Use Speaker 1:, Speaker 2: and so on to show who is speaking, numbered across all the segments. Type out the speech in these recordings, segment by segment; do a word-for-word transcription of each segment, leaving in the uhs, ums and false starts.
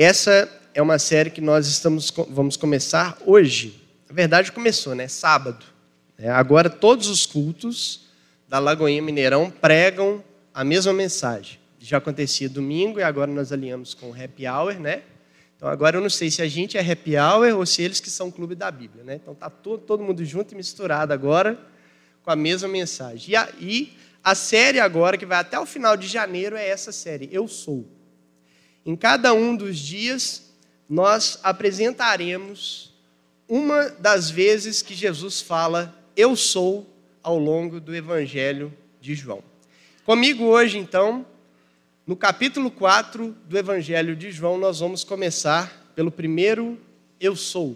Speaker 1: Essa é uma série que nós estamos, vamos começar hoje. Na verdade, começou, né? Sábado. É, agora, todos os cultos da Lagoinha Mineirão pregam a mesma mensagem. Já acontecia domingo e agora nós alinhamos com o Happy Hour, né? Então, agora eu não sei se a gente é Happy Hour ou se eles que são o Clube da Bíblia, né? Então, está todo, todo mundo junto e misturado agora com a mesma mensagem. E a, e a série agora, que vai até o final de janeiro, é essa série, Eu Sou. Em cada um dos dias, nós apresentaremos uma das vezes que Jesus fala Eu Sou ao longo do Evangelho de João. Comigo hoje, então, no capítulo quatro do Evangelho de João, nós vamos começar pelo primeiro Eu Sou.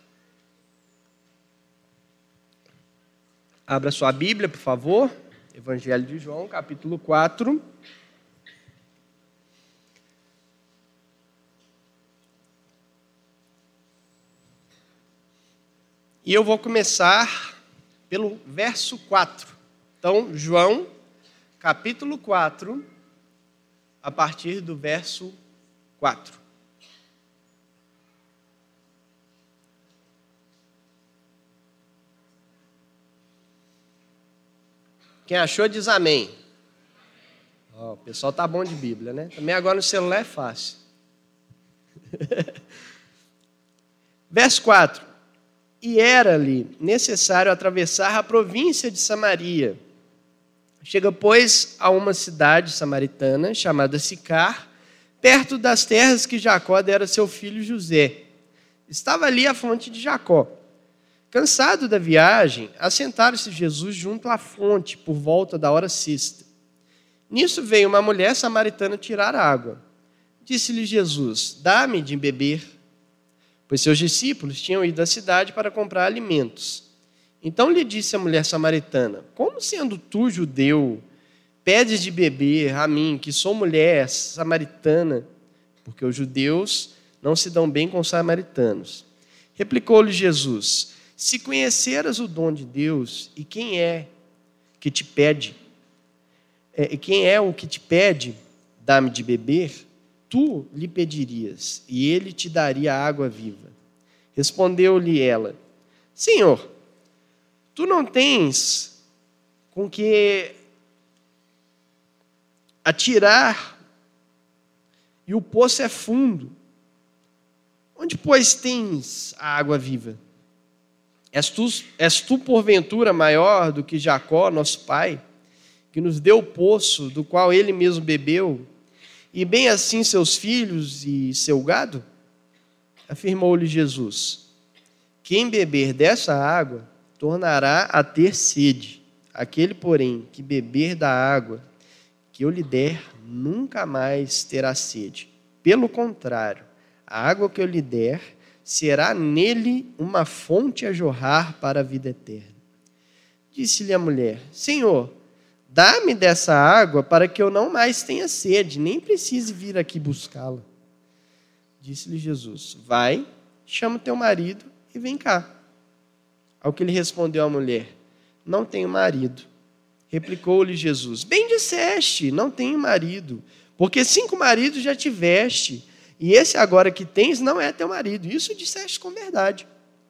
Speaker 1: Abra sua Bíblia, por favor. Evangelho de João, capítulo quatro. E eu vou começar pelo verso quatro. Então, João, capítulo quatro, a partir do verso quatro. Quem achou diz amém. Oh, o pessoal tá bom de Bíblia, né? Também agora no celular é fácil. Verso quatro. E era-lhe necessário atravessar a província de Samaria. Chega, pois, a uma cidade samaritana, chamada Sicar, perto das terras que Jacó dera a seu filho José. Estava ali a fonte de Jacó. Cansado da viagem, assentaram-se Jesus junto à fonte, por volta da hora sexta. Nisso veio uma mulher samaritana tirar água. Disse-lhe Jesus, dá-me de beber. Pois seus discípulos tinham ido à cidade para comprar alimentos. Então lhe disse a mulher samaritana, como sendo tu, judeu, pedes de beber a mim, que sou mulher samaritana, porque os judeus não se dão bem com os samaritanos. Replicou-lhe Jesus, se conheceras o dom de Deus, e quem é que te pede, é, quem é o que te pede, dá-me de beber, tu lhe pedirias, e ele te daria água viva. Respondeu-lhe ela, Senhor, tu não tens com que atirar, e o poço é fundo. Onde, pois, tens a água viva? És tu, és tu, porventura, maior do que Jacó, nosso pai, que nos deu o poço, do qual ele mesmo bebeu, e bem assim seus filhos e seu gado? Afirmou-lhe Jesus, quem beber dessa água tornará a ter sede. Aquele, porém, que beber da água que eu lhe der, nunca mais terá sede. Pelo contrário, a água que eu lhe der será nele uma fonte a jorrar para a vida eterna. Disse-lhe a mulher, Senhor, dá-me dessa água para que eu não mais tenha sede, nem precise vir aqui buscá-la. Disse-lhe Jesus, vai, chama o teu marido e vem cá. Ao que lhe respondeu a mulher, não tenho marido. Replicou-lhe Jesus, bem disseste, não tenho marido, porque cinco maridos já tiveste, e esse agora que tens não é teu marido. Isso disseste com verdade.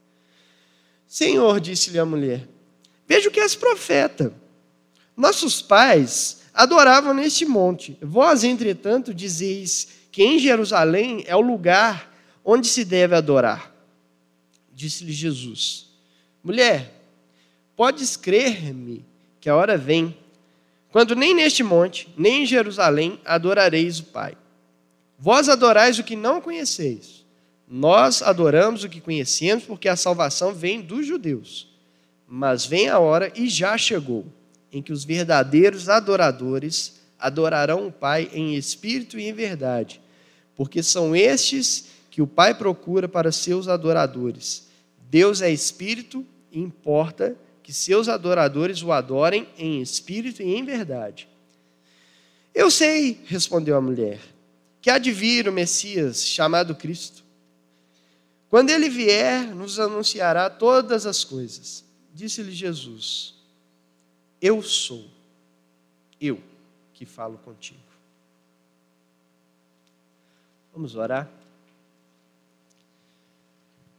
Speaker 1: Senhor, disse-lhe a mulher, vejo que és profeta. Nossos pais adoravam neste monte. Vós, entretanto, dizeis que em Jerusalém é o lugar onde se deve adorar. Disse-lhe Jesus, mulher, podes crer-me que a hora vem, quando nem neste monte, nem em Jerusalém adorareis o Pai. Vós adorais o que não conheceis. Nós adoramos o que conhecemos, porque a salvação vem dos judeus. Mas vem a hora, e já chegou, em que os verdadeiros adoradores adorarão o Pai em espírito e em verdade, porque são estes que o Pai procura para seus adoradores. Deus é espírito e importa que seus adoradores o adorem em espírito e em verdade. Eu sei, respondeu a mulher, que há de vir o Messias, chamado Cristo. Quando ele vier, nos anunciará todas as coisas. Disse-lhe Jesus, eu sou, eu que falo contigo. Vamos orar?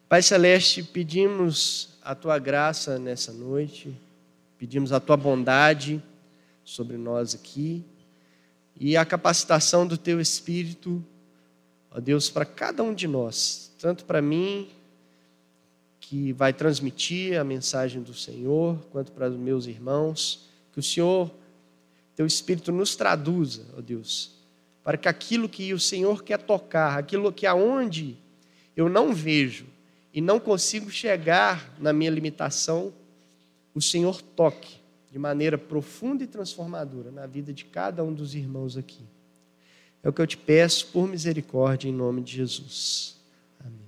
Speaker 1: Pai Celeste, pedimos a Tua graça nessa noite, pedimos a Tua bondade sobre nós aqui e a capacitação do Teu Espírito, ó Deus, para cada um de nós, tanto para mim, que vai transmitir a mensagem do Senhor, quanto para os meus irmãos, que o Senhor, Teu Espírito nos traduza, ó Deus, para que aquilo que o Senhor quer tocar, aquilo que aonde eu não vejo e não consigo chegar na minha limitação, o Senhor toque de maneira profunda e transformadora na vida de cada um dos irmãos aqui. É o que eu te peço por misericórdia em nome de Jesus. Amém.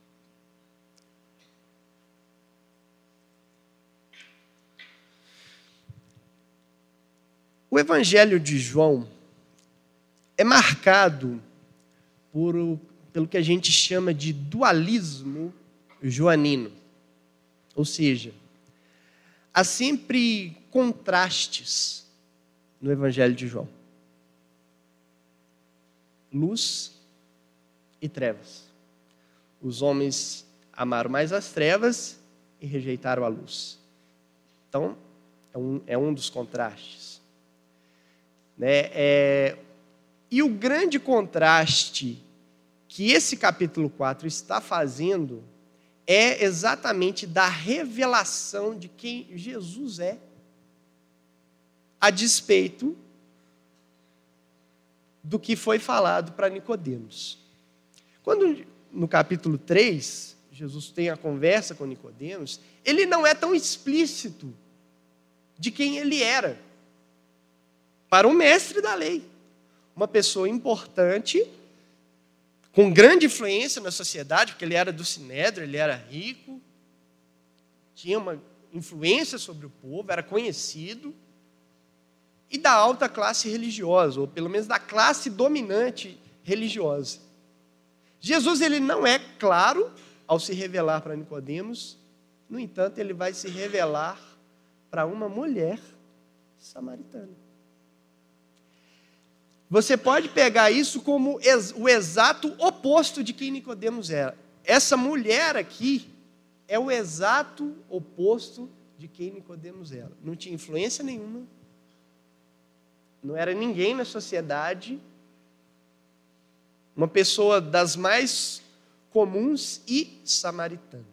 Speaker 1: O Evangelho de João é marcado por, pelo que a gente chama de dualismo joanino. Ou seja, há sempre contrastes no Evangelho de João. Luz e trevas. Os homens amaram mais as trevas e rejeitaram a luz. Então, é um, é um dos contrastes. Né? É, e o grande contraste que esse capítulo quatro está fazendo é exatamente da revelação de quem Jesus é, a despeito do que foi falado para Nicodemos. Quando no capítulo três, Jesus tem a conversa com Nicodemos, ele não é tão explícito de quem ele era para o mestre da lei, uma pessoa importante, com grande influência na sociedade, porque ele era do Sinédrio, ele era rico, tinha uma influência sobre o povo, era conhecido, e da alta classe religiosa, ou pelo menos da classe dominante religiosa. Jesus ele não é claro ao se revelar para Nicodemos, no entanto, ele vai se revelar para uma mulher samaritana. Você pode pegar isso como o exato oposto de quem Nicodemos era. Essa mulher aqui é o exato oposto de quem Nicodemos era. Não tinha influência nenhuma, não era ninguém na sociedade, uma pessoa das mais comuns e samaritana.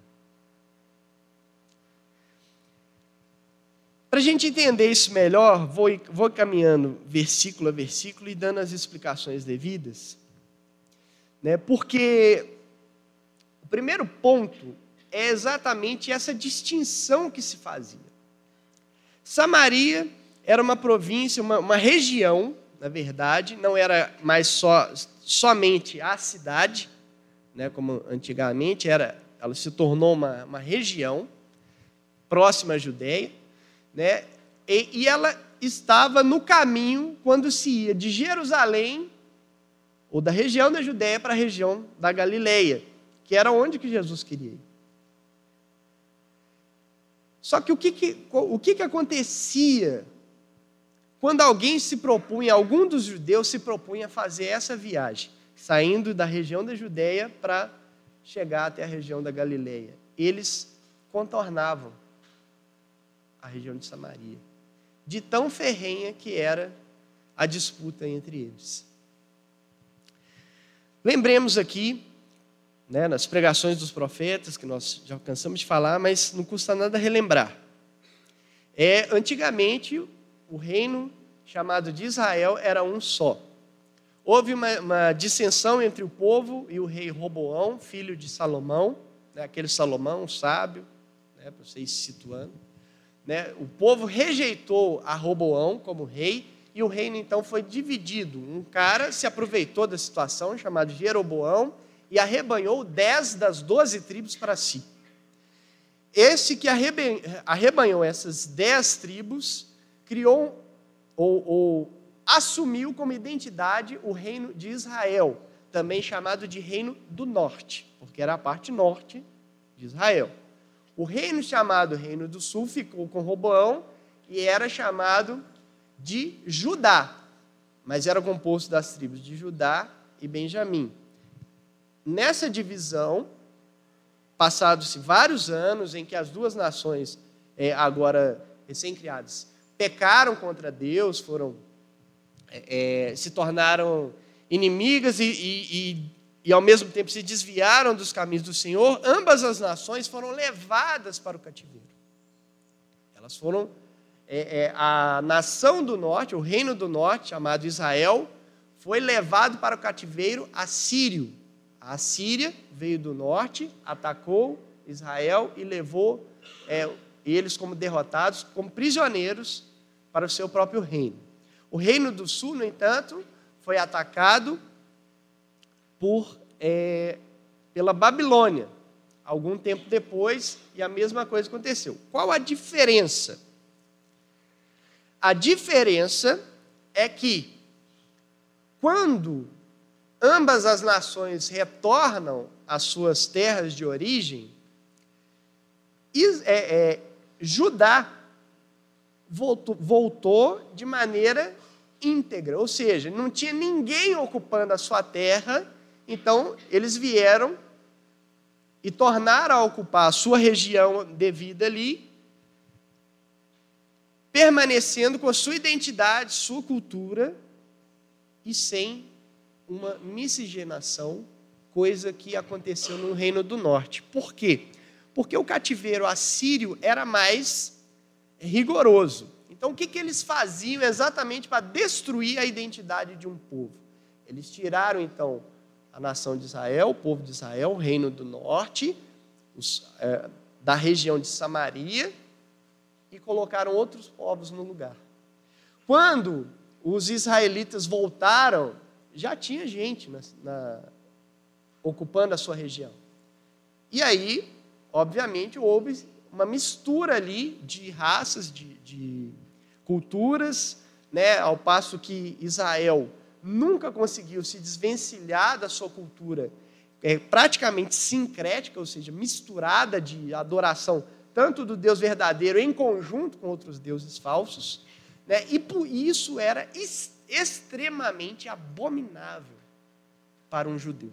Speaker 1: Para a gente entender isso melhor, vou, vou caminhando versículo a versículo e dando as explicações devidas, né? Porque o primeiro ponto é exatamente essa distinção que se fazia. Samaria era uma província, uma, uma região, na verdade, não era mais só, somente a cidade, né, como antigamente, era, ela se tornou uma, uma região próxima à Judeia, né, e, e ela estava no caminho quando se ia de Jerusalém, ou da região da Judeia para a região da Galileia, que era onde que Jesus queria ir. Só que o que, que, o que, que acontecia quando alguém se propunha, algum dos judeus se propunha a fazer essa viagem, saindo da região da Judeia para chegar até a região da Galileia? Eles contornavam a região de Samaria, de tão ferrenha que era a disputa entre eles. Lembremos aqui, né, nas pregações dos profetas, que nós já cansamos de falar, mas não custa nada relembrar. É, antigamente, o reino chamado de Israel era um só. Houve uma, uma dissensão entre o povo e o rei Roboão, filho de Salomão, né, aquele Salomão sábio, né, para vocês se situando. Né, o povo rejeitou a Roboão como rei, e o reino então foi dividido. Um cara se aproveitou da situação, chamado Jeroboão, e arrebanhou dez das doze tribos para si. Esse que arrebanhou essas dez tribos, criou ou, ou assumiu como identidade o reino de Israel, também chamado de reino do norte, porque era a parte norte de Israel. O reino chamado reino do sul ficou com Roboão e era chamado de Judá, mas era composto das tribos de Judá e Benjamim. Nessa divisão, passados-se vários anos em que as duas nações, é, agora recém-criadas, pecaram contra Deus, foram, é, se tornaram inimigas e, e, e, e, ao mesmo tempo, se desviaram dos caminhos do Senhor, ambas as nações foram levadas para o cativeiro. Elas foram, é, é, a nação do norte, o reino do norte, chamado Israel, foi levado para o cativeiro assírio. A Síria veio do norte, atacou Israel e levou é, eles como derrotados, como prisioneiros para o seu próprio reino. O reino do sul, no entanto, foi atacado por, é, pela Babilônia, algum tempo depois, e a mesma coisa aconteceu. Qual a diferença? A diferença é que, quando ambas as nações retornam às suas terras de origem, é, é, Judá voltou, voltou de maneira íntegra, ou seja, não tinha ninguém ocupando a sua terra, então eles vieram e tornaram a ocupar a sua região devida ali, permanecendo com a sua identidade, sua cultura, e sem uma miscigenação, coisa que aconteceu no Reino do Norte. Por quê? Porque o cativeiro assírio era mais rigoroso. Então, o que, que eles faziam exatamente para destruir a identidade de um povo? Eles tiraram, então, a nação de Israel, o povo de Israel, o Reino do Norte, os, é, da região de Samaria, e colocaram outros povos no lugar. Quando os israelitas voltaram, já tinha gente na, na, ocupando a sua região. E aí, obviamente, houve uma mistura ali de raças, de, de culturas, né, ao passo que Israel nunca conseguiu se desvencilhar da sua cultura é, praticamente sincrética, ou seja, misturada de adoração, tanto do Deus verdadeiro em conjunto com outros deuses falsos, né, e por isso era extremamente abominável para um judeu.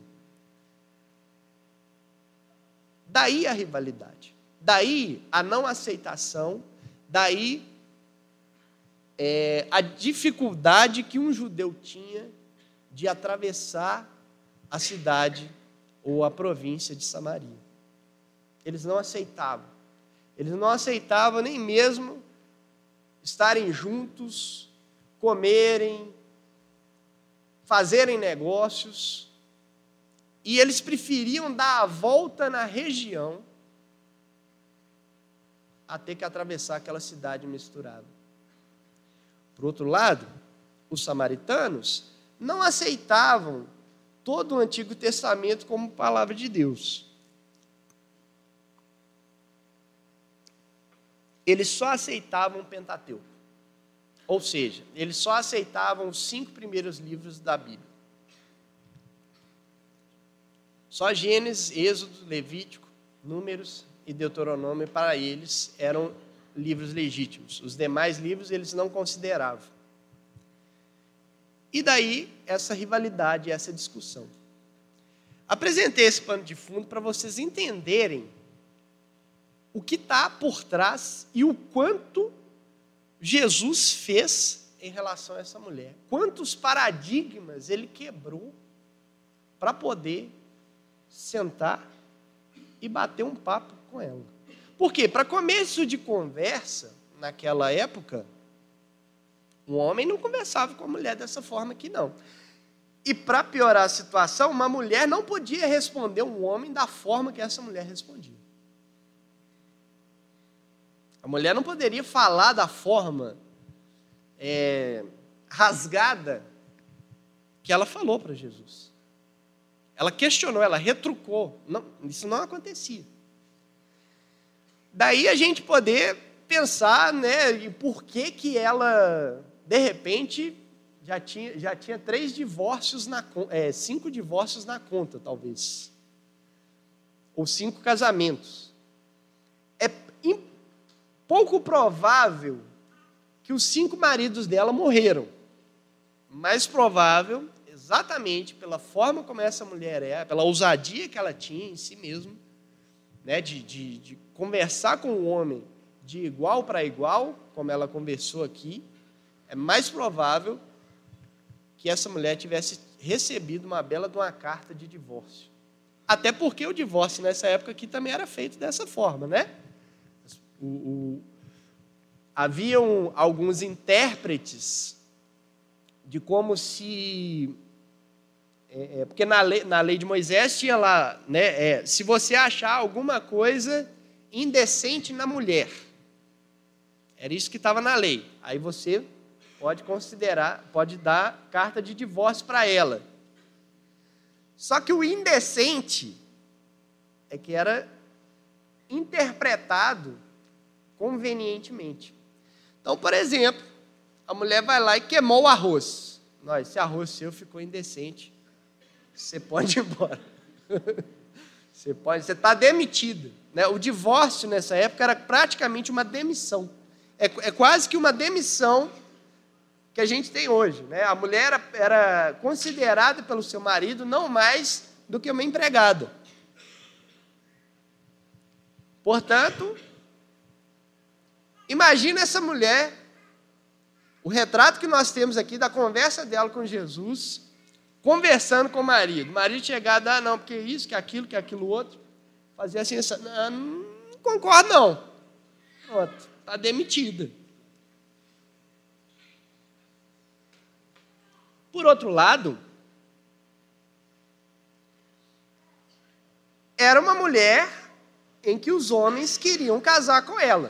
Speaker 1: Daí a rivalidade, daí a não aceitação, daí é, a dificuldade que um judeu tinha de atravessar a cidade ou a província de Samaria. Eles não aceitavam. Eles não aceitavam nem mesmo estarem juntos, comerem, fazerem negócios, e eles preferiam dar a volta na região a ter que atravessar aquela cidade misturada. Por outro lado, os samaritanos não aceitavam todo o Antigo Testamento como palavra de Deus. Eles só aceitavam o Pentateuco. Ou seja, eles só aceitavam os cinco primeiros livros da Bíblia. Só Gênesis, Êxodo, Levítico, Números e Deuteronômio, para eles, eram livros legítimos. Os demais livros eles não consideravam. E daí, essa rivalidade, essa discussão. Apresentei esse pano de fundo para vocês entenderem o que está por trás e o quanto Jesus fez em relação a essa mulher. Quantos paradigmas ele quebrou para poder sentar e bater um papo com ela. Por quê? Para começo de conversa, naquela época, um homem não conversava com a mulher dessa forma aqui, não. E para piorar a situação, uma mulher não podia responder um homem da forma que essa mulher respondia. A mulher não poderia falar da forma é, rasgada que ela falou para Jesus. Ela questionou, ela retrucou. Não, isso não acontecia. Daí a gente poder pensar, né, e por que que ela, de repente, já tinha, já tinha três divórcios, na, é, cinco divórcios na conta, talvez. Ou cinco casamentos. É pouco provável que os cinco maridos dela morreram. Mais provável, exatamente pela forma como essa mulher é, pela ousadia que ela tinha em si mesma, né, de, de, de conversar com o homem de igual para igual, como ela conversou aqui, é mais provável que essa mulher tivesse recebido uma bela de uma carta de divórcio. Até porque o divórcio nessa época aqui também era feito dessa forma, né? O, o, haviam alguns intérpretes de como se... É, é, porque na lei, na lei de Moisés tinha lá, né, é, se você achar alguma coisa indecente na mulher, era isso que estava na lei. Aí você pode considerar, pode dar carta de divórcio para ela. Só que o indecente é que era interpretado convenientemente. Então, por exemplo, a mulher vai lá e queimou o arroz. Não, esse arroz seu ficou indecente. Você pode ir embora. Você pode, você está demitida, né? O divórcio nessa época era praticamente uma demissão. É, é quase que uma demissão que a gente tem hoje, né? A mulher era, era considerada pelo seu marido não mais do que uma empregada. Portanto, imagina essa mulher, o retrato que nós temos aqui da conversa dela com Jesus, conversando com o marido. O marido chegado, ah, não, porque isso, que aquilo, que aquilo outro. Fazia assim, não, não concordo, não. Pronto, está demitida. Por outro lado, era uma mulher em que os homens queriam casar com ela.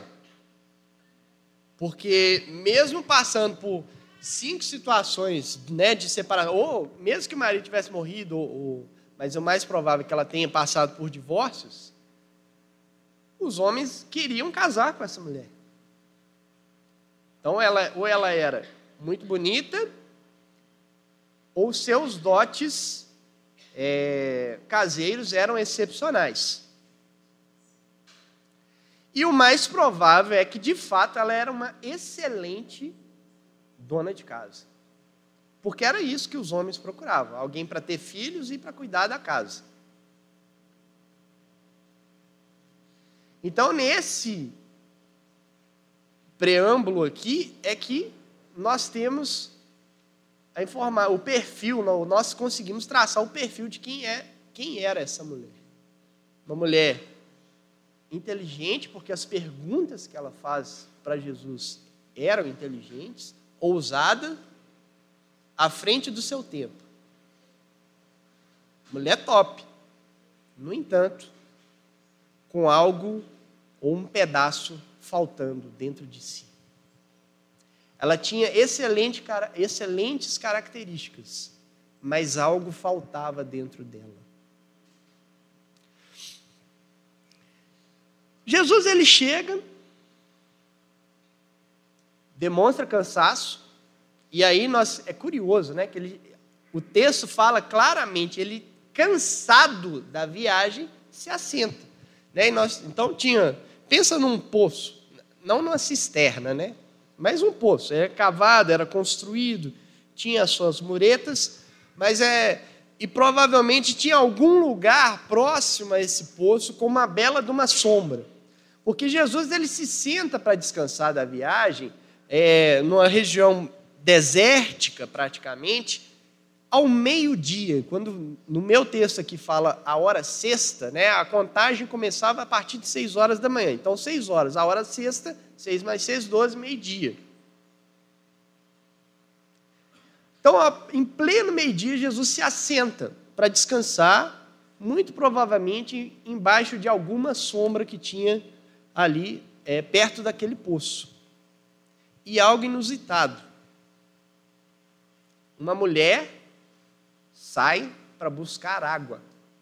Speaker 1: Porque mesmo passando por cinco situações, né, de separação, ou mesmo que o marido tivesse morrido, ou, ou, mas é o mais provável que ela tenha passado por divórcios, os homens queriam casar com essa mulher. Então, ela, ou ela era muito bonita, ou seus dotes é, caseiros eram excepcionais. E o mais provável é que, de fato, ela era uma excelente dona de casa. Porque era isso que os homens procuravam, alguém para ter filhos e para cuidar da casa. Então, nesse preâmbulo aqui, é que nós temos a informar, o perfil, nós conseguimos traçar o perfil de quem, é, quem era essa mulher. Uma mulher inteligente, porque as perguntas que ela faz para Jesus eram inteligentes, ousada, à frente do seu tempo. Mulher top. No entanto, com algo ou um pedaço faltando dentro de si. Ela tinha excelente, excelentes características, mas algo faltava dentro dela. Jesus, ele chega, demonstra cansaço, e aí nós, é curioso, né, que ele, o texto fala claramente, ele, cansado da viagem, se assenta. Né? E nós, então tinha, pensa num poço, não numa cisterna, né? Mas um poço, era cavado, era construído, tinha as suas muretas, mas é, e provavelmente tinha algum lugar próximo a esse poço com uma bela de uma sombra. Porque Jesus, ele se senta para descansar da viagem, é, numa região desértica praticamente, ao meio-dia. Quando no meu texto aqui fala a hora sexta, né, a contagem começava a partir de seis horas da manhã. Então, seis horas, a hora sexta, seis mais seis, doze, meio-dia. Então, em pleno meio-dia, Jesus se assenta para descansar, muito provavelmente embaixo de alguma sombra que tinha ali, é, perto daquele poço. E algo inusitado. Uma mulher sai para buscar água.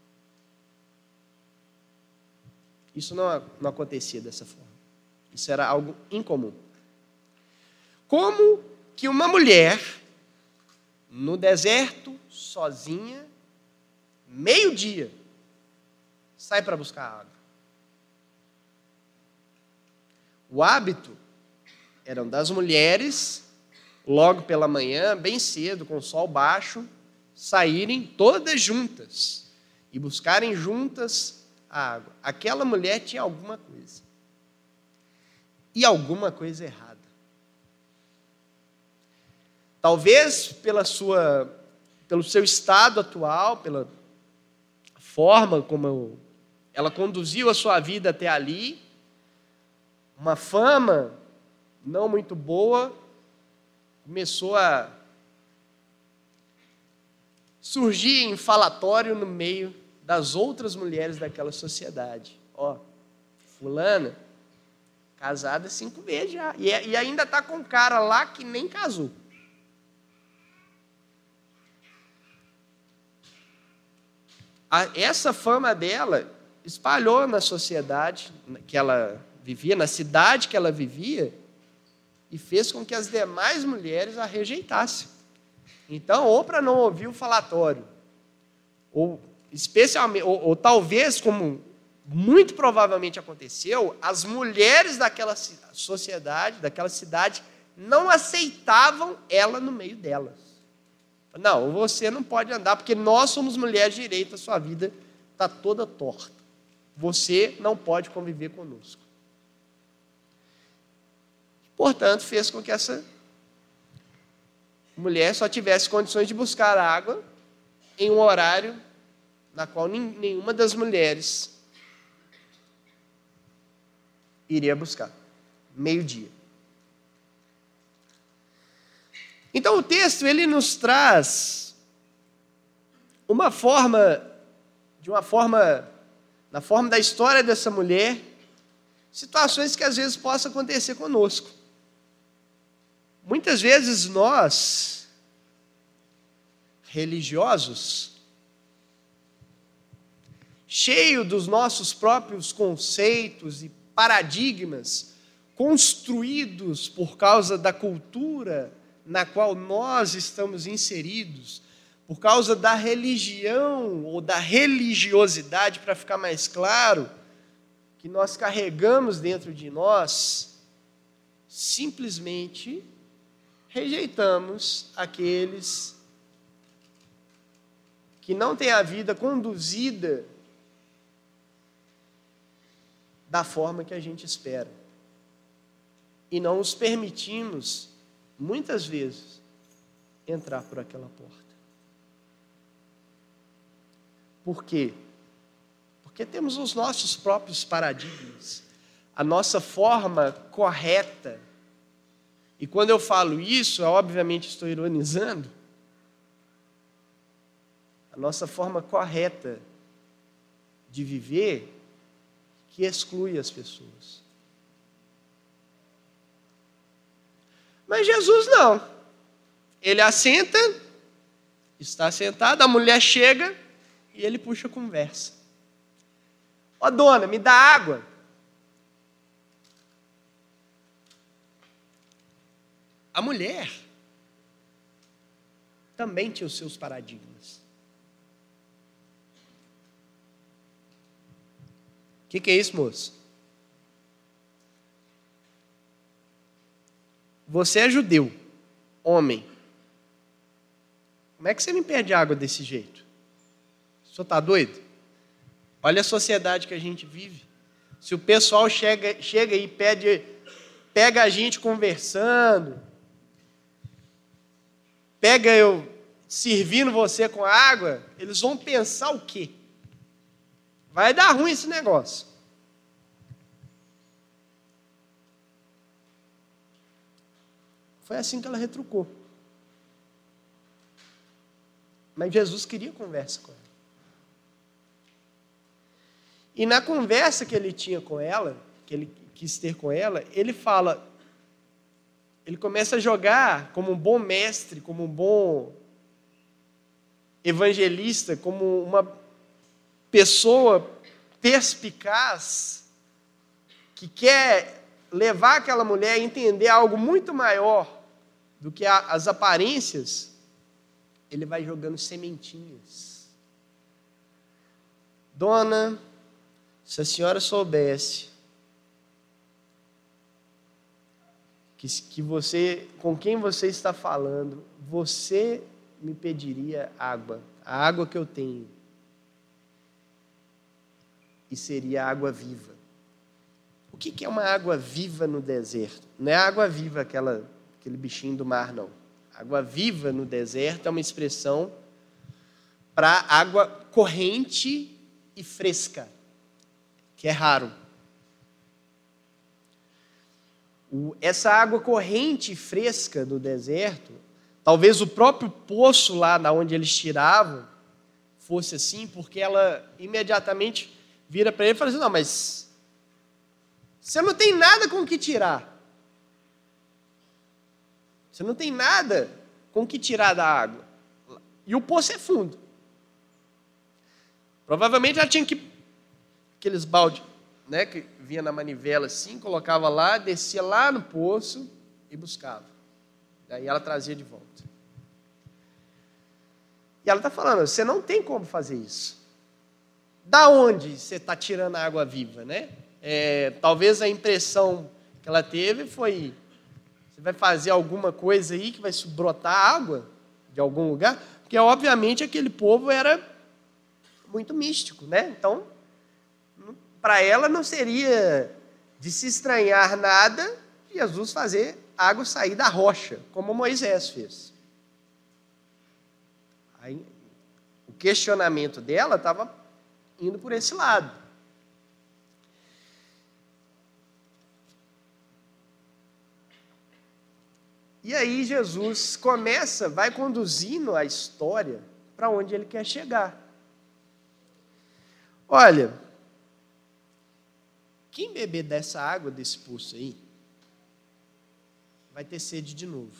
Speaker 1: Isso não, não acontecia dessa forma. Isso era algo incomum. Como que uma mulher, no deserto, sozinha, meio-dia, sai para buscar água? O hábito eram das mulheres, logo pela manhã, bem cedo, com o sol baixo, saírem todas juntas e buscarem juntas a água. Aquela mulher tinha alguma coisa. E alguma coisa errada. Talvez pela sua, pelo seu estado atual, pela forma como ela conduziu a sua vida até ali, uma fama não muito boa começou a surgir em falatório no meio das outras mulheres daquela sociedade. Ó, fulana, casada cinco vezes já, e, e ainda está com um cara lá que nem casou. A, essa fama dela espalhou na sociedade que ela vivia, na cidade que ela vivia, e fez com que as demais mulheres a rejeitassem. Então, ou para não ouvir o falatório, ou especialmente, ou, ou talvez, como muito provavelmente aconteceu, as mulheres daquela sociedade, daquela cidade, não aceitavam ela no meio delas. Não, você não pode andar, porque nós somos mulheres direitas, sua vida está toda torta. Você não pode conviver conosco. Portanto, fez com que essa mulher só tivesse condições de buscar água em um horário na qual nenhuma das mulheres iria buscar. Meio-dia. Então o texto ele nos traz uma forma, de uma forma, na forma da história dessa mulher, situações que às vezes possam acontecer conosco. Muitas vezes nós, religiosos, cheios dos nossos próprios conceitos e paradigmas, construídos por causa da cultura na qual nós estamos inseridos, por causa da religião ou da religiosidade, para ficar mais claro, que nós carregamos dentro de nós, simplesmente rejeitamos aqueles que não têm a vida conduzida da forma que a gente espera. E não os permitimos, muitas vezes, entrar por aquela porta. Por quê? Porque temos os nossos próprios paradigmas, a nossa forma correta. E quando eu falo isso, eu obviamente estou ironizando, a nossa forma correta de viver que exclui as pessoas. Mas Jesus não. Ele assenta, está sentado, a mulher chega e ele puxa a conversa. Ó, dona, me dá água. A mulher também tinha os seus paradigmas. O que, que é isso, moço? Você é judeu, homem. Como é que você me pede água desse jeito? O senhor está doido? Olha a sociedade que a gente vive. Se o pessoal chega, chega e pede, pega a gente conversando, pega eu servindo você com água, eles vão pensar o quê? Vai dar ruim esse negócio. Foi assim que ela retrucou. Mas Jesus queria conversa com ela. E na conversa que ele tinha com ela, que ele quis ter com ela, ele fala, ele começa a jogar como um bom mestre, como um bom evangelista, como uma pessoa perspicaz que quer levar aquela mulher a entender algo muito maior do que a, as aparências, ele vai jogando sementinhas. Dona, se a senhora soubesse que, que você, com quem você está falando, você me pediria água, a água que eu tenho. e seria água viva. O que é uma água viva no deserto? Não é água viva, aquela, aquele bichinho do mar, não. Água viva no deserto é uma expressão para água corrente e fresca, que é raro. Essa água corrente e fresca do deserto, talvez o próprio poço lá da onde eles tiravam fosse assim, porque ela imediatamente vira para ele e fala assim, não, mas você não tem nada com o que tirar. Você não tem nada com o que tirar da água. E o poço é fundo. Provavelmente ela tinha que... Aqueles baldes, né, que vinha na manivela assim, colocava lá, descia lá no poço e buscava. Aí ela trazia de volta. E ela está falando, você não tem como fazer isso. Da onde você está tirando a água viva, né? É, talvez a impressão que ela teve foi, você vai fazer alguma coisa aí que vai brotar água de algum lugar? Porque, obviamente, aquele povo era muito místico, né? Então, para ela não seria de se estranhar nada Jesus fazer água sair da rocha, como Moisés fez. Aí, o questionamento dela estava indo por esse lado. E aí Jesus começa, vai conduzindo a história para onde ele quer chegar. Olha, quem beber dessa água desse poço aí, vai ter sede de novo.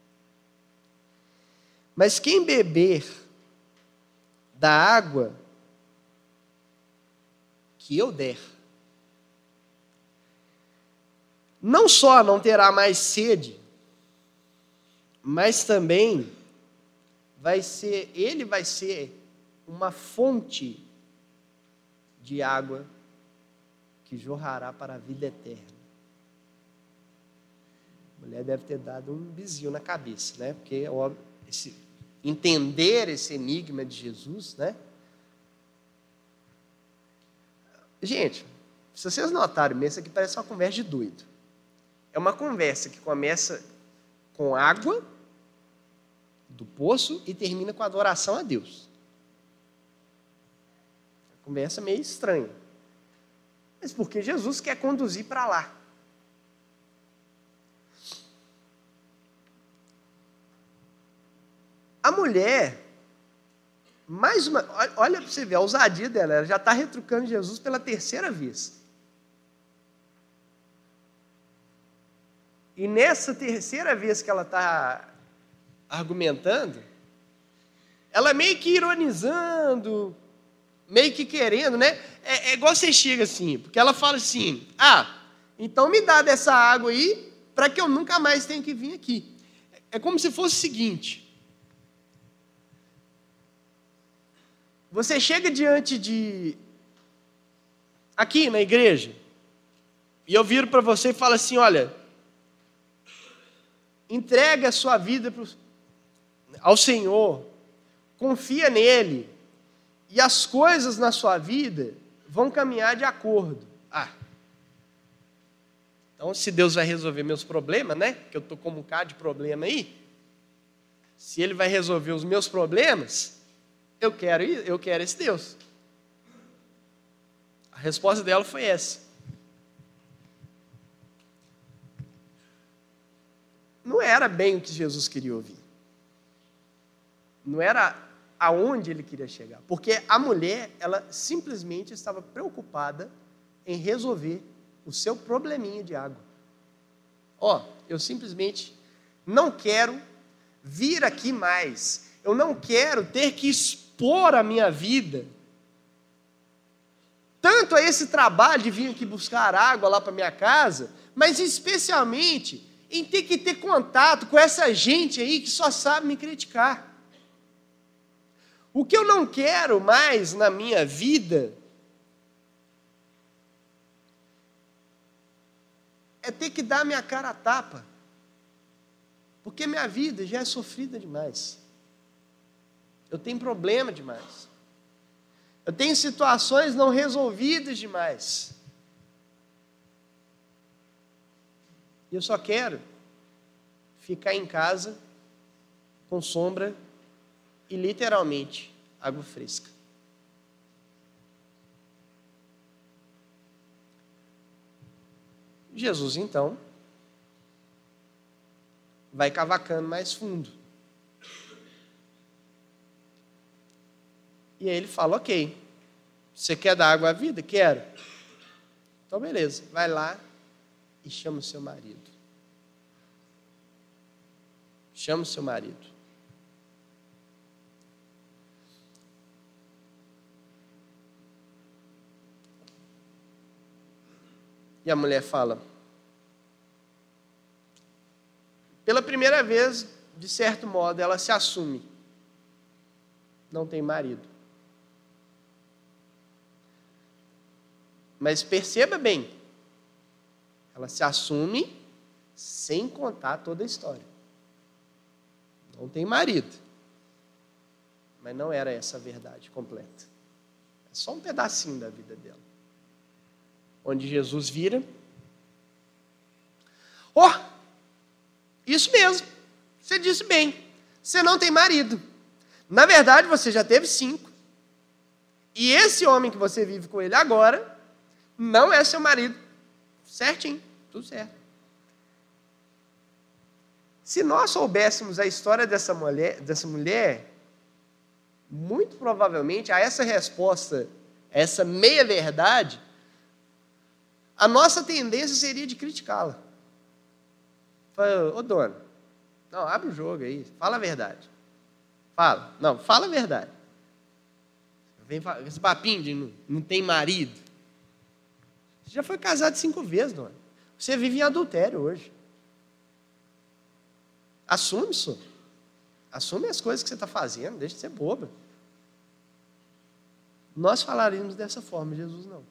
Speaker 1: Mas quem beber da água que eu der, não só não terá mais sede, mas também vai ser, ele vai ser uma fonte de água que jorrará para a vida eterna. A mulher deve ter dado um bizinho na cabeça, né? Porque óbvio, esse, entender esse enigma de Jesus, né? Gente, se vocês notarem mesmo, isso aqui parece uma conversa de doido. É uma conversa que começa com água do poço e termina com adoração a Deus. A conversa meio estranha. Mas porque Jesus quer conduzir para lá. A mulher, mais uma, olha para você ver, a ousadia dela, ela já está retrucando Jesus pela terceira vez. E nessa terceira vez que ela está argumentando, ela meio que ironizando, meio que querendo, né? É, é igual você chega assim, porque ela fala assim, ah, então me dá dessa água aí, para que eu nunca mais tenha que vir aqui. É como se fosse o seguinte, você chega diante de, aqui na igreja, e eu viro para você e falo assim, olha, entrega a sua vida pro, ao Senhor, confia nele, e as coisas na sua vida vão caminhar de acordo. Ah, então se Deus vai resolver meus problemas, né? Que eu estou com um bocado de problema aí. Se Ele vai resolver os meus problemas, eu quero, eu quero esse Deus. A resposta dela foi essa. Não era bem o que Jesus queria ouvir. Não era aonde ele queria chegar. Porque a mulher, ela simplesmente estava preocupada em resolver o seu probleminha de água. Ó, eu simplesmente não quero vir aqui mais. Eu não quero ter que expor a minha vida tanto a esse trabalho de vir aqui buscar água lá para minha casa, mas especialmente em ter que ter contato com essa gente aí que só sabe me criticar. O que eu não quero mais na minha vida é ter que dar minha cara a tapa, porque minha vida já é sofrida demais. Eu tenho problema demais. Eu tenho situações não resolvidas demais. E eu só quero ficar em casa com sombra e literalmente água fresca. Jesus, então, vai cavacando mais fundo. E aí ele fala, ok, você quer dar água à vida? Quero. Então, beleza, vai lá e chama o seu marido. Chama o seu marido. E a mulher fala, pela primeira vez, de certo modo, ela se assume. Não tem marido. Mas perceba bem, ela se assume sem contar toda a história. Não tem marido. Mas não era essa a verdade completa. É só um pedacinho da vida dela. Onde Jesus vira. Oh, isso mesmo. Você disse bem. Você não tem marido. Na verdade, você já teve cinco. E esse homem que você vive com ele agora não é seu marido. Certinho. Tudo certo. Se nós soubéssemos a história dessa mulher, dessa mulher, muito provavelmente a essa resposta, a essa meia-verdade, a nossa tendência seria de criticá-la. Fala, ô dona, não, abre o jogo aí, fala a verdade. Fala, não, fala a verdade. Vem esse papinho de não, não tem marido. Você já foi casado cinco vezes, dona. Você vive em adultério hoje. Assume isso. Assume as coisas que você está fazendo, deixa de ser boba. Nós falaríamos dessa forma, Jesus não.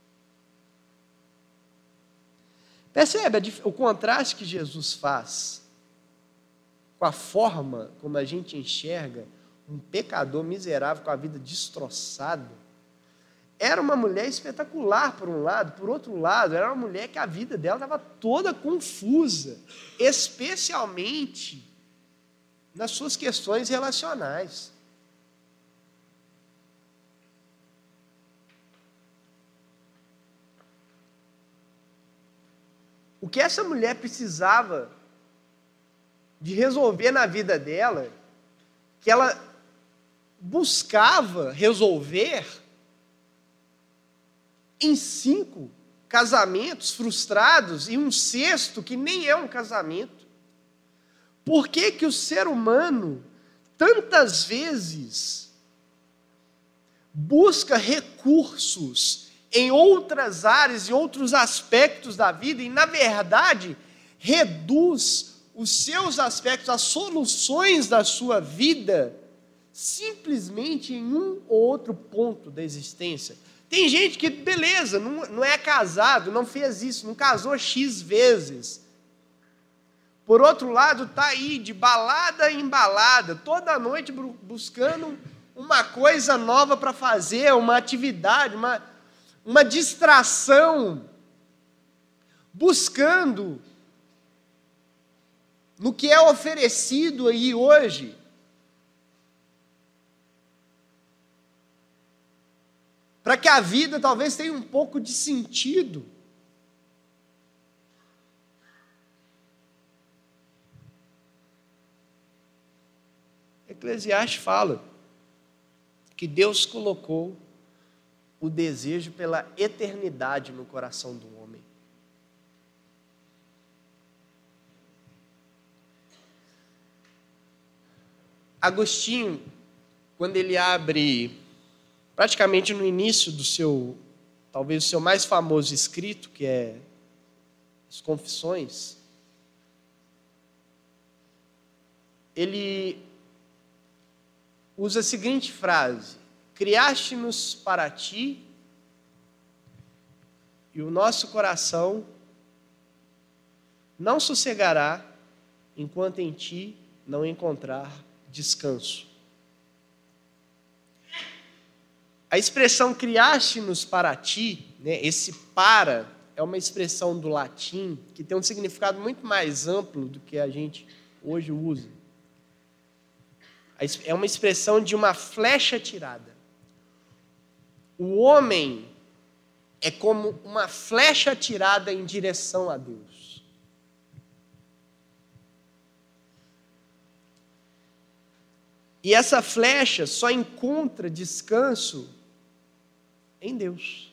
Speaker 1: Percebe o contraste que Jesus faz com a forma como a gente enxerga um pecador miserável com a vida destroçada? Era uma mulher espetacular por um lado, por outro lado, era uma mulher que a vida dela estava toda confusa, especialmente nas suas questões relacionais. O que essa mulher precisava de resolver na vida dela, que ela buscava resolver em cinco casamentos frustrados e um sexto que nem é um casamento. Por que que o ser humano tantas vezes busca recursos em outras áreas e outros aspectos da vida e, na verdade, reduz os seus aspectos, as soluções da sua vida, simplesmente em um ou outro ponto da existência? Tem gente que, beleza, não, não é casado, não fez isso, não casou X vezes. Por outro lado, está aí de balada em balada, toda noite buscando uma coisa nova para fazer, uma atividade, uma, uma distração, buscando no que é oferecido aí hoje. Para que a vida talvez tenha um pouco de sentido. Eclesiastes fala que Deus colocou o desejo pela eternidade no coração do homem. Agostinho, quando ele abre, praticamente no início do seu, talvez o seu mais famoso escrito, que é as Confissões, ele usa a seguinte frase: criaste-nos para ti, e o nosso coração não sossegará enquanto em ti não encontrar descanso. A expressão criaste-nos para ti, né, esse para é uma expressão do latim que tem um significado muito mais amplo do que a gente hoje usa. É uma expressão de uma flecha tirada. O homem é como uma flecha tirada em direção a Deus. E essa flecha só encontra descanso em Deus.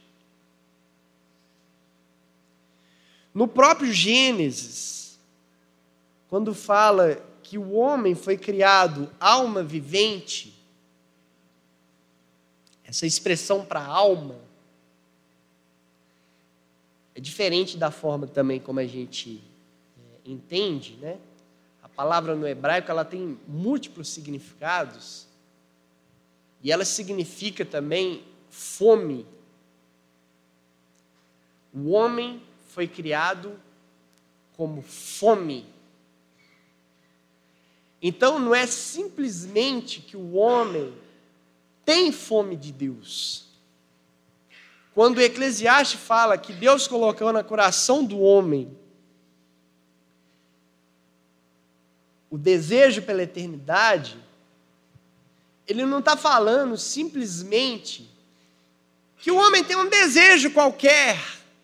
Speaker 1: No próprio Gênesis, quando fala que o homem foi criado alma vivente, essa expressão para alma é diferente da forma também como a gente é, entende, né? A palavra no hebraico ela tem múltiplos significados e ela significa também fome. O homem foi criado como fome. Então não é simplesmente que o homem tem fome de Deus. Quando o Eclesiastes fala que Deus colocou no coração do homem o desejo pela eternidade, ele não está falando simplesmente que o homem tem um desejo qualquer.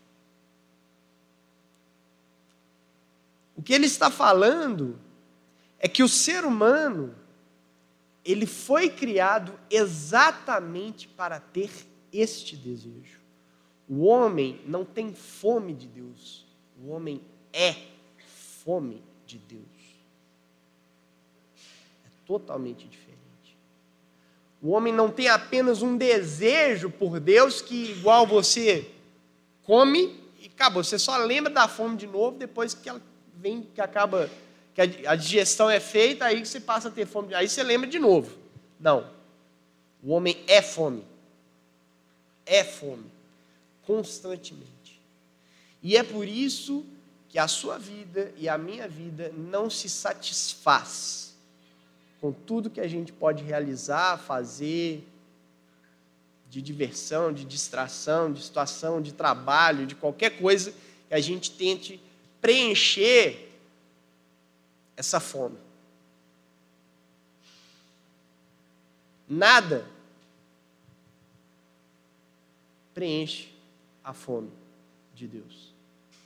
Speaker 1: O que ele está falando é que o ser humano, ele foi criado exatamente para ter este desejo. O homem não tem fome de Deus, o homem é fome de Deus. É totalmente diferente. O homem não tem apenas um desejo por Deus que igual você come e acabou. Você só lembra da fome de novo depois que ela vem, que acaba, que a digestão é feita, aí você passa a ter fome, aí você lembra de novo. Não. O homem é fome. É fome. Constantemente. E é por isso que a sua vida e a minha vida não se satisfaz com tudo que a gente pode realizar, fazer, de diversão, de distração, de situação, de trabalho, de qualquer coisa que a gente tente preencher essa fome. Nada preenche a fome de Deus.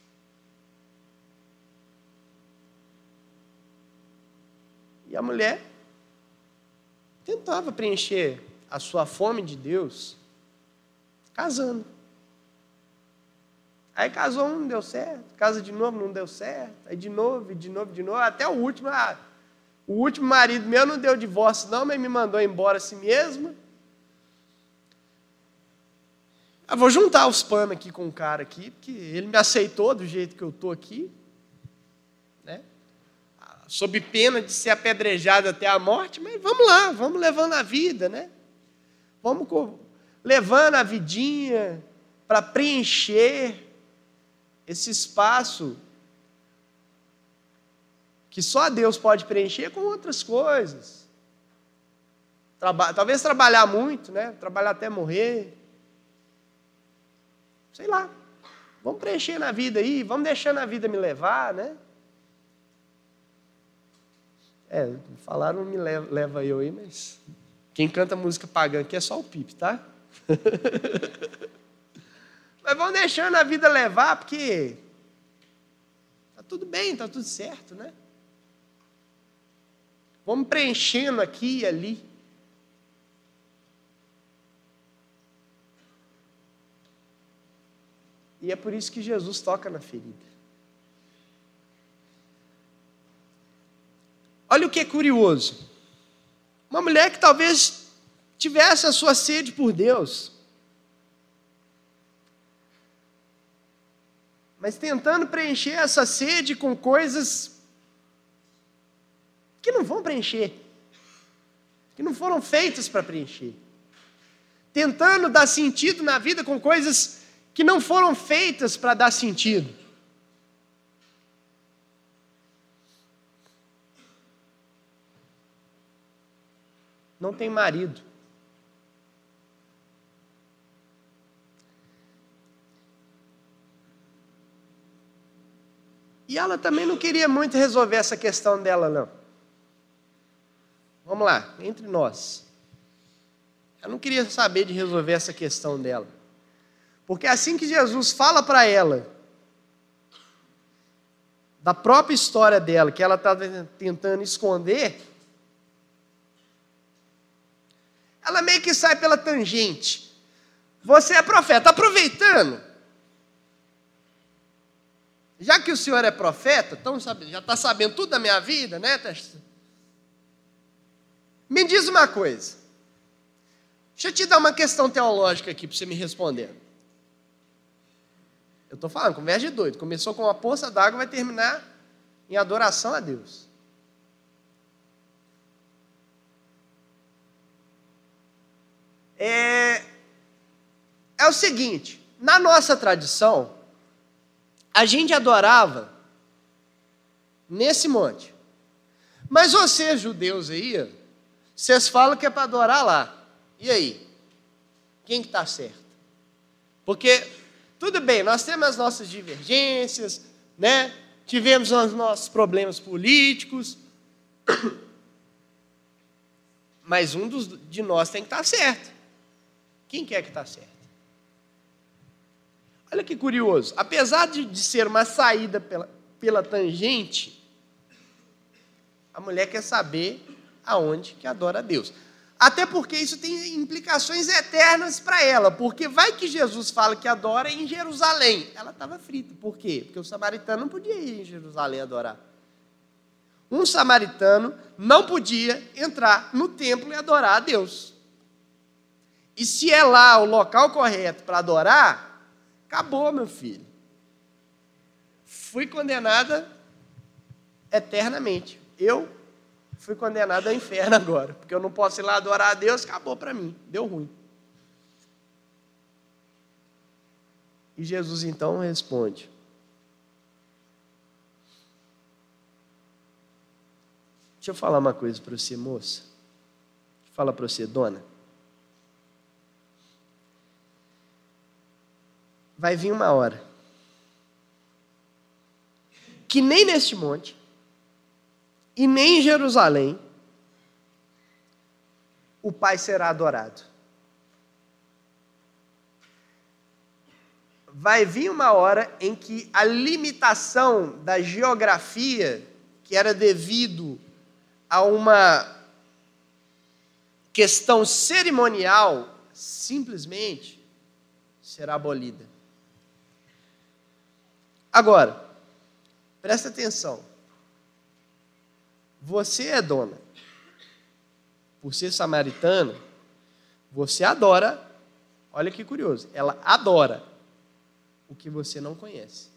Speaker 1: E a mulher tentava preencher a sua fome de Deus casando. Aí casou, um não deu certo, casa de novo, não deu certo, aí de novo, e de novo, de novo, até o último, ah, o último marido meu não deu divórcio não, mas me mandou embora a si mesmo. Eu vou juntar os panos aqui com o cara aqui, porque ele me aceitou do jeito que eu estou aqui, né? Sob pena de ser apedrejado até a morte, mas vamos lá, vamos levando a vida, né? Vamos levando a vidinha para preencher esse espaço que só Deus pode preencher com outras coisas. Traba- talvez trabalhar muito, né? Trabalhar até morrer. Sei lá. Vamos preencher na vida aí, vamos deixando a vida me levar, né? É, falaram me leva, leva eu aí, mas quem canta música pagã aqui é só o Pipe, tá? Mas vamos deixando a vida levar, porque tá tudo bem, tá tudo certo, né? Vamos preenchendo aqui e ali. E é por isso que Jesus toca na ferida. Olha o que é curioso. Uma mulher que talvez tivesse a sua sede por Deus, mas tentando preencher essa sede com coisas que não vão preencher, que não foram feitas para preencher. Tentando dar sentido na vida com coisas que não foram feitas para dar sentido. Não tem marido. E ela também não queria muito resolver essa questão dela, não. Vamos lá, entre nós. Ela não queria saber de resolver essa questão dela. Porque assim que Jesus fala para ela, da própria história dela, que ela está tentando esconder, ela meio que sai pela tangente. Você é profeta, aproveitando. Já que o senhor é profeta, então já está sabendo tudo da minha vida, né? Me diz uma coisa. Deixa eu te dar uma questão teológica aqui para você me responder. Eu estou falando, conversa de doido. Começou com uma poça d'água, vai terminar em adoração a Deus. É, é o seguinte, na nossa tradição, a gente adorava nesse monte. Mas vocês, judeus aí, vocês falam que é para adorar lá. E aí? Quem que está certo? Porque, tudo bem, nós temos as nossas divergências, né? Tivemos os nossos problemas políticos, mas um dos, de nós tem que estar certo. Quem que é que está certo? Olha que curioso, apesar de, de ser uma saída pela, pela tangente, a mulher quer saber aonde que adora a Deus. Até porque isso tem implicações eternas para ela, porque vai que Jesus fala que adora em Jerusalém. Ela estava frita, por quê? Porque o samaritano não podia ir em Jerusalém adorar. Um samaritano não podia entrar no templo e adorar a Deus. E se é lá o local correto para adorar, acabou, meu filho. Fui condenada eternamente. Eu fui condenado ao inferno agora, porque eu não posso ir lá adorar a Deus, acabou para mim, deu ruim. E Jesus então responde: deixa eu falar uma coisa para você, moça. Fala para você, dona. Vai vir uma hora que nem neste monte e nem em Jerusalém o Pai será adorado. Vai vir uma hora em que a limitação da geografia, que era devido a uma questão cerimonial, simplesmente será abolida. Agora, presta atenção. Você é dona. Por ser samaritana, você adora, olha que curioso, ela adora o que você não conhece.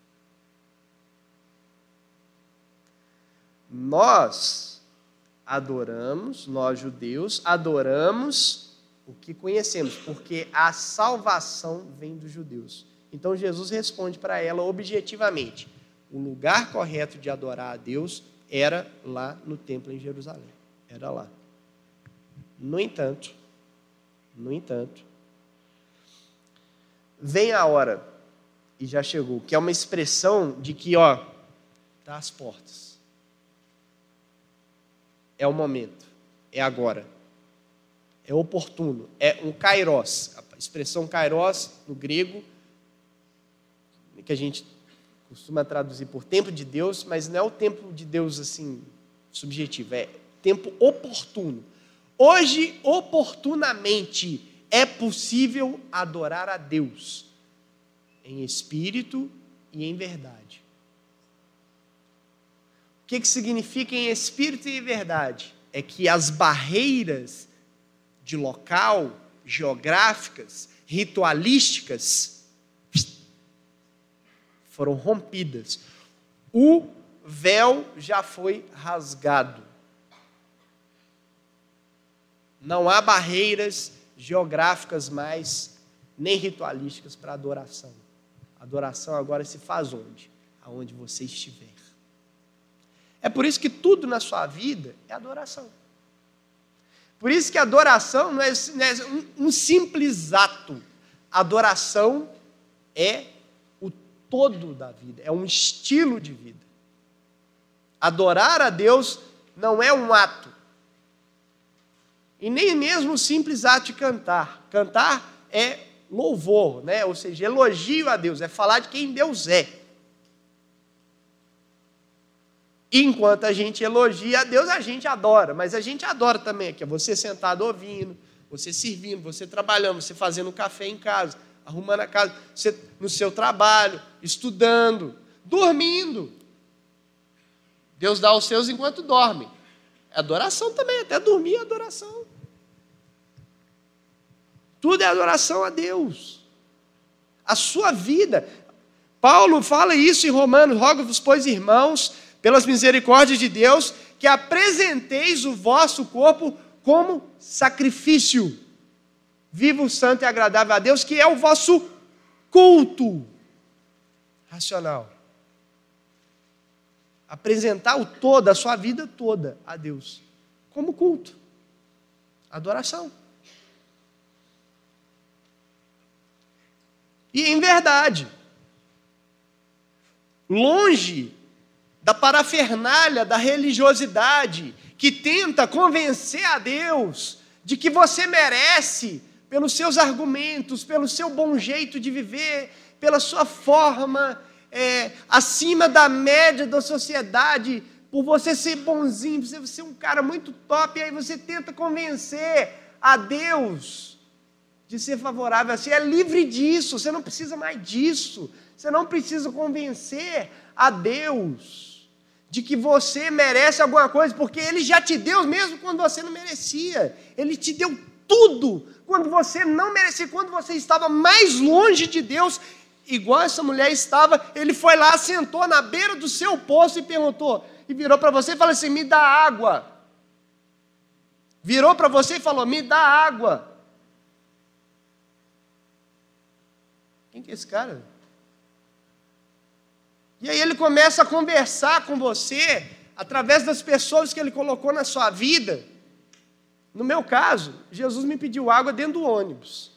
Speaker 1: Nós adoramos, nós judeus, adoramos o que conhecemos, porque a salvação vem dos judeus. Então Jesus responde para ela objetivamente: o lugar correto de adorar a Deus era lá no templo em Jerusalém. Era lá. No entanto, no entanto, vem a hora, e já chegou, que é uma expressão de que, ó, está às portas. É o momento, é agora. É oportuno, é um kairos. A expressão kairos, no grego, que a gente costuma traduzir por tempo de Deus, mas não é o tempo de Deus assim, subjetivo, é tempo oportuno. Hoje, oportunamente, é possível adorar a Deus em espírito e em verdade. O que, que significa em espírito e em verdade? É que as barreiras de local, geográficas, ritualísticas, foram rompidas. O véu já foi rasgado. Não há barreiras geográficas mais, nem ritualísticas para adoração. A adoração agora se faz onde? Aonde você estiver. É por isso que tudo na sua vida é adoração. Por isso que a adoração não é, não é um, um simples ato. A adoração é o todo da vida, é um estilo de vida. Adorar a Deus não é um ato, e nem mesmo o simples ato de cantar. Cantar é louvor, né? Ou seja, elogio a Deus, é falar de quem Deus é. Enquanto a gente elogia a Deus, a gente adora, mas a gente adora também aqui, você sentado ouvindo, você servindo, você trabalhando, você fazendo café em casa, arrumando a casa, você no seu trabalho, estudando, dormindo. Deus dá os seus enquanto dorme. É adoração também, até dormir é adoração. Tudo é adoração a Deus. A sua vida. Paulo fala isso em Romanos: rogo-vos, pois, irmãos, pelas misericórdias de Deus, que apresenteis o vosso corpo como sacrifício vivo, santo e agradável a Deus, que é o vosso culto racional. Apresentar o todo, a sua vida toda a Deus, como culto, adoração. E em verdade, longe da parafernália da religiosidade que tenta convencer a Deus de que você merece, pelos seus argumentos, pelo seu bom jeito de viver, pela sua forma é, acima da média da sociedade, por você ser bonzinho, por você ser um cara muito top, e aí você tenta convencer a Deus de ser favorável a você. É livre disso, você não precisa mais disso. Você não precisa convencer a Deus de que você merece alguma coisa, porque Ele já te deu mesmo quando você não merecia. Ele te deu tudo quando você não merecia, quando você estava mais longe de Deus, igual essa mulher estava. Ele foi lá, sentou na beira do seu poço e perguntou, e virou para você e falou assim: me dá água. Virou para você e falou: me dá água. Quem que é esse cara? E aí ele começa a conversar com você através das pessoas que ele colocou na sua vida. No meu caso, Jesus me pediu água dentro do ônibus.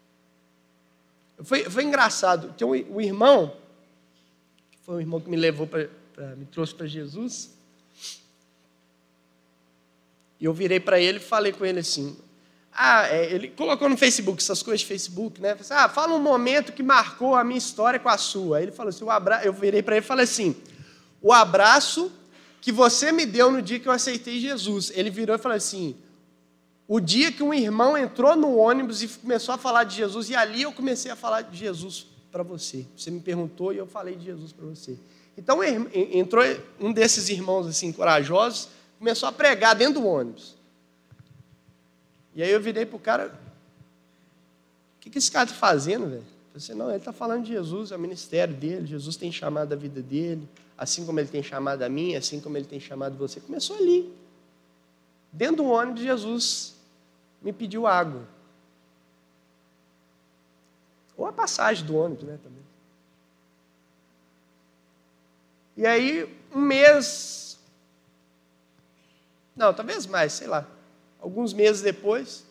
Speaker 1: Foi, foi engraçado. Tem um, um irmão, que foi o irmão que me levou para, me trouxe para Jesus. E eu virei para ele e falei com ele assim: ah, é, ele colocou no Facebook, essas coisas de Facebook, né? Falei, ah, fala um momento que marcou a minha história com a sua. Aí ele falou assim, o abra... eu virei para ele e falei assim: o abraço que você me deu no dia que eu aceitei Jesus. Ele virou e falou assim: o dia que um irmão entrou no ônibus e começou a falar de Jesus, e ali eu comecei a falar de Jesus para você. Você me perguntou e eu falei de Jesus para você. Então entrou um desses irmãos assim corajosos, começou a pregar dentro do ônibus. E aí eu virei para o cara: o que, que esse cara está fazendo, velho? Eu falei, não, ele está falando de Jesus, é o ministério dele, Jesus tem chamado a vida dele, assim como ele tem chamado a mim, assim como ele tem chamado você. Começou ali. Dentro do ônibus, Jesus me pediu água. Ou a passagem do ônibus, né, também. E aí, um mês, não, talvez mais, sei lá, alguns meses depois,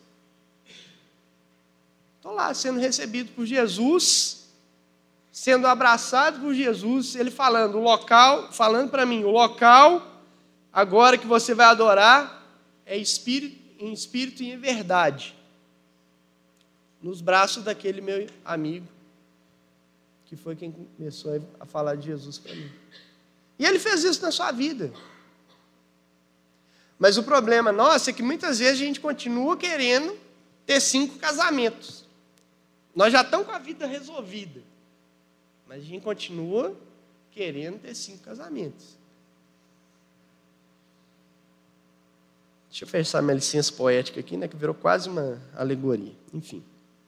Speaker 1: estou lá sendo recebido por Jesus, sendo abraçado por Jesus, ele falando, o local, falando para mim, o local, agora que você vai adorar, é espírito, em espírito e em verdade, nos braços daquele meu amigo, que foi quem começou a falar de Jesus para mim. E ele fez isso na sua vida. Mas o problema nosso é que muitas vezes a gente continua querendo ter cinco casamentos. Nós já estamos com a vida resolvida, mas a gente continua querendo ter cinco casamentos. Deixa eu fechar minha licença poética aqui, né, que virou quase uma alegoria. Enfim.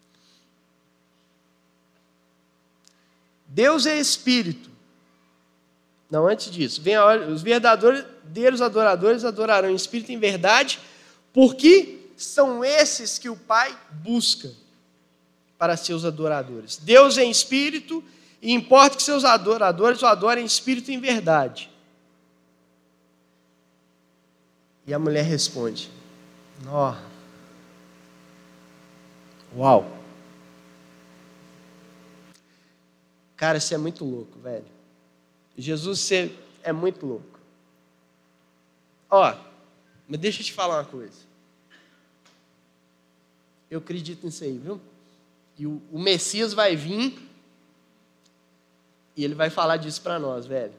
Speaker 1: Deus é espírito. Não, antes disso. Vem a hora, os verdadeiros adoradores adorarão em espírito e em verdade, porque são esses que o Pai busca para seus adoradores. Deus é em espírito e importa que seus adoradores o adorem em espírito e em verdade. E a mulher responde: ó, uau. Cara, você é muito louco, velho. Jesus, você é muito louco. Ó, mas deixa eu te falar uma coisa. Eu acredito nisso aí, viu? E o, o Messias vai vir e ele vai falar disso para nós, velho.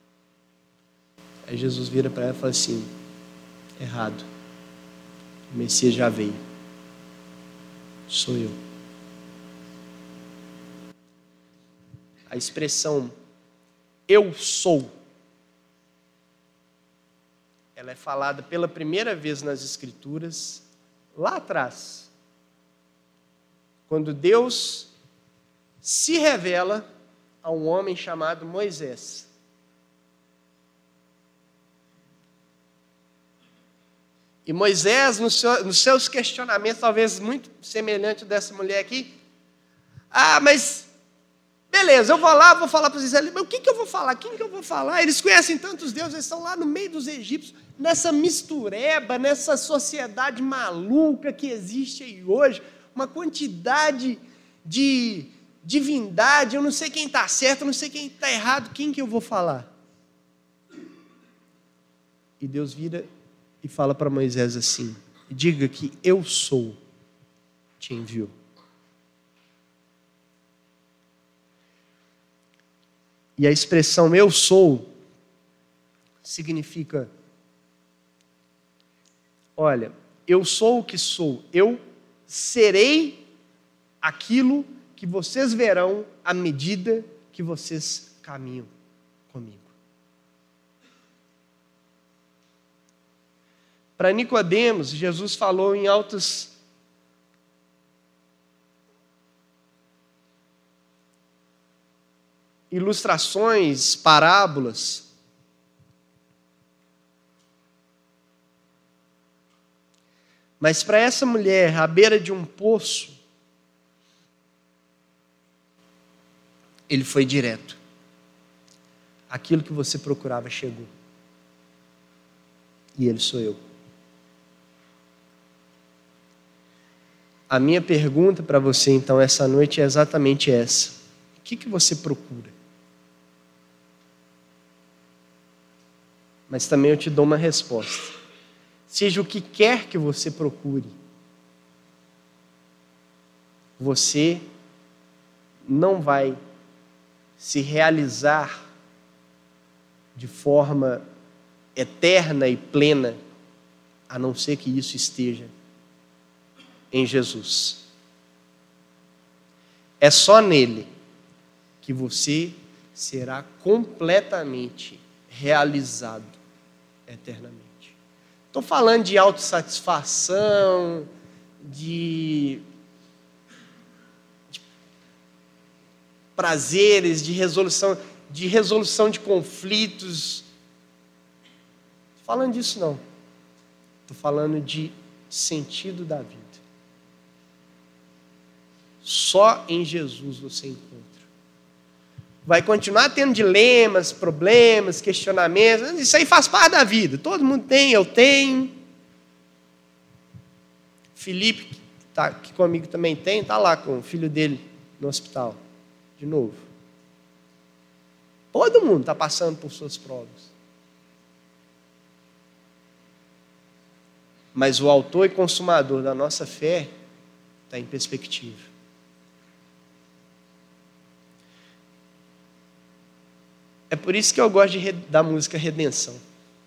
Speaker 1: Aí Jesus vira para ela e fala assim: errado. O Messias já veio. Sou eu. A expressão eu sou, ela é falada pela primeira vez nas Escrituras, lá atrás, quando Deus se revela a um homem chamado Moisés. E Moisés, nos seus questionamentos, talvez muito semelhante dessa mulher aqui, ah, mas beleza, eu vou lá, vou falar para os israelitas, mas o que, que eu vou falar? Quem que eu vou falar? Eles conhecem tantos deuses, eles estão lá no meio dos egípcios, nessa mistureba, nessa sociedade maluca que existe aí hoje, uma quantidade de divindade, eu não sei quem está certo, eu não sei quem está errado, quem que eu vou falar? E Deus vira e fala para Moisés assim: diga que eu sou, te enviou. E a expressão eu sou significa: olha, eu sou o que sou, eu serei aquilo que vocês verão à medida que vocês caminham comigo. Para Nicodemos, Jesus falou em altas ilustrações, parábolas. Mas para essa mulher, à beira de um poço, ele foi direto. Aquilo que você procurava chegou. E ele sou eu. A minha pergunta para você, então, essa noite é exatamente essa. O que, que você procura? Mas também eu te dou uma resposta. Seja o que quer que você procure, você não vai se realizar de forma eterna e plena, a não ser que isso esteja em Jesus. É só nele que você será completamente realizado eternamente. Estou falando de autossatisfação, de, de prazeres, de resolução, de resolução de conflitos. Não estou falando disso, não. Estou falando de sentido da vida. Só em Jesus você encontra. Vai continuar tendo dilemas, problemas, questionamentos. Isso aí faz parte da vida. Todo mundo tem, eu tenho. Felipe, que está aqui comigo também tem, está lá com o filho dele no hospital. De novo. Todo mundo está passando por suas provas. Mas o autor e consumador da nossa fé está em perspectiva. É por isso que eu gosto de, da música Redenção.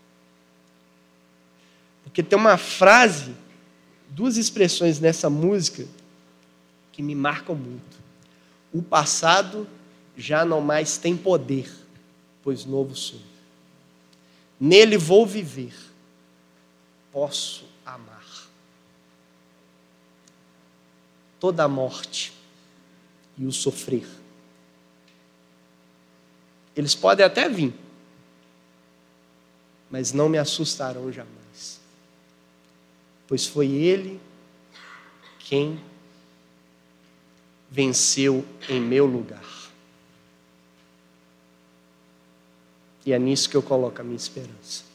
Speaker 1: Porque tem uma frase, duas expressões nessa música que me marcam muito. O passado já não mais tem poder, pois novo sou. Nele vou viver, posso amar. Toda a morte e o sofrer, eles podem até vir, mas não me assustarão jamais, pois foi Ele quem venceu em meu lugar. E é nisso que eu coloco a minha esperança.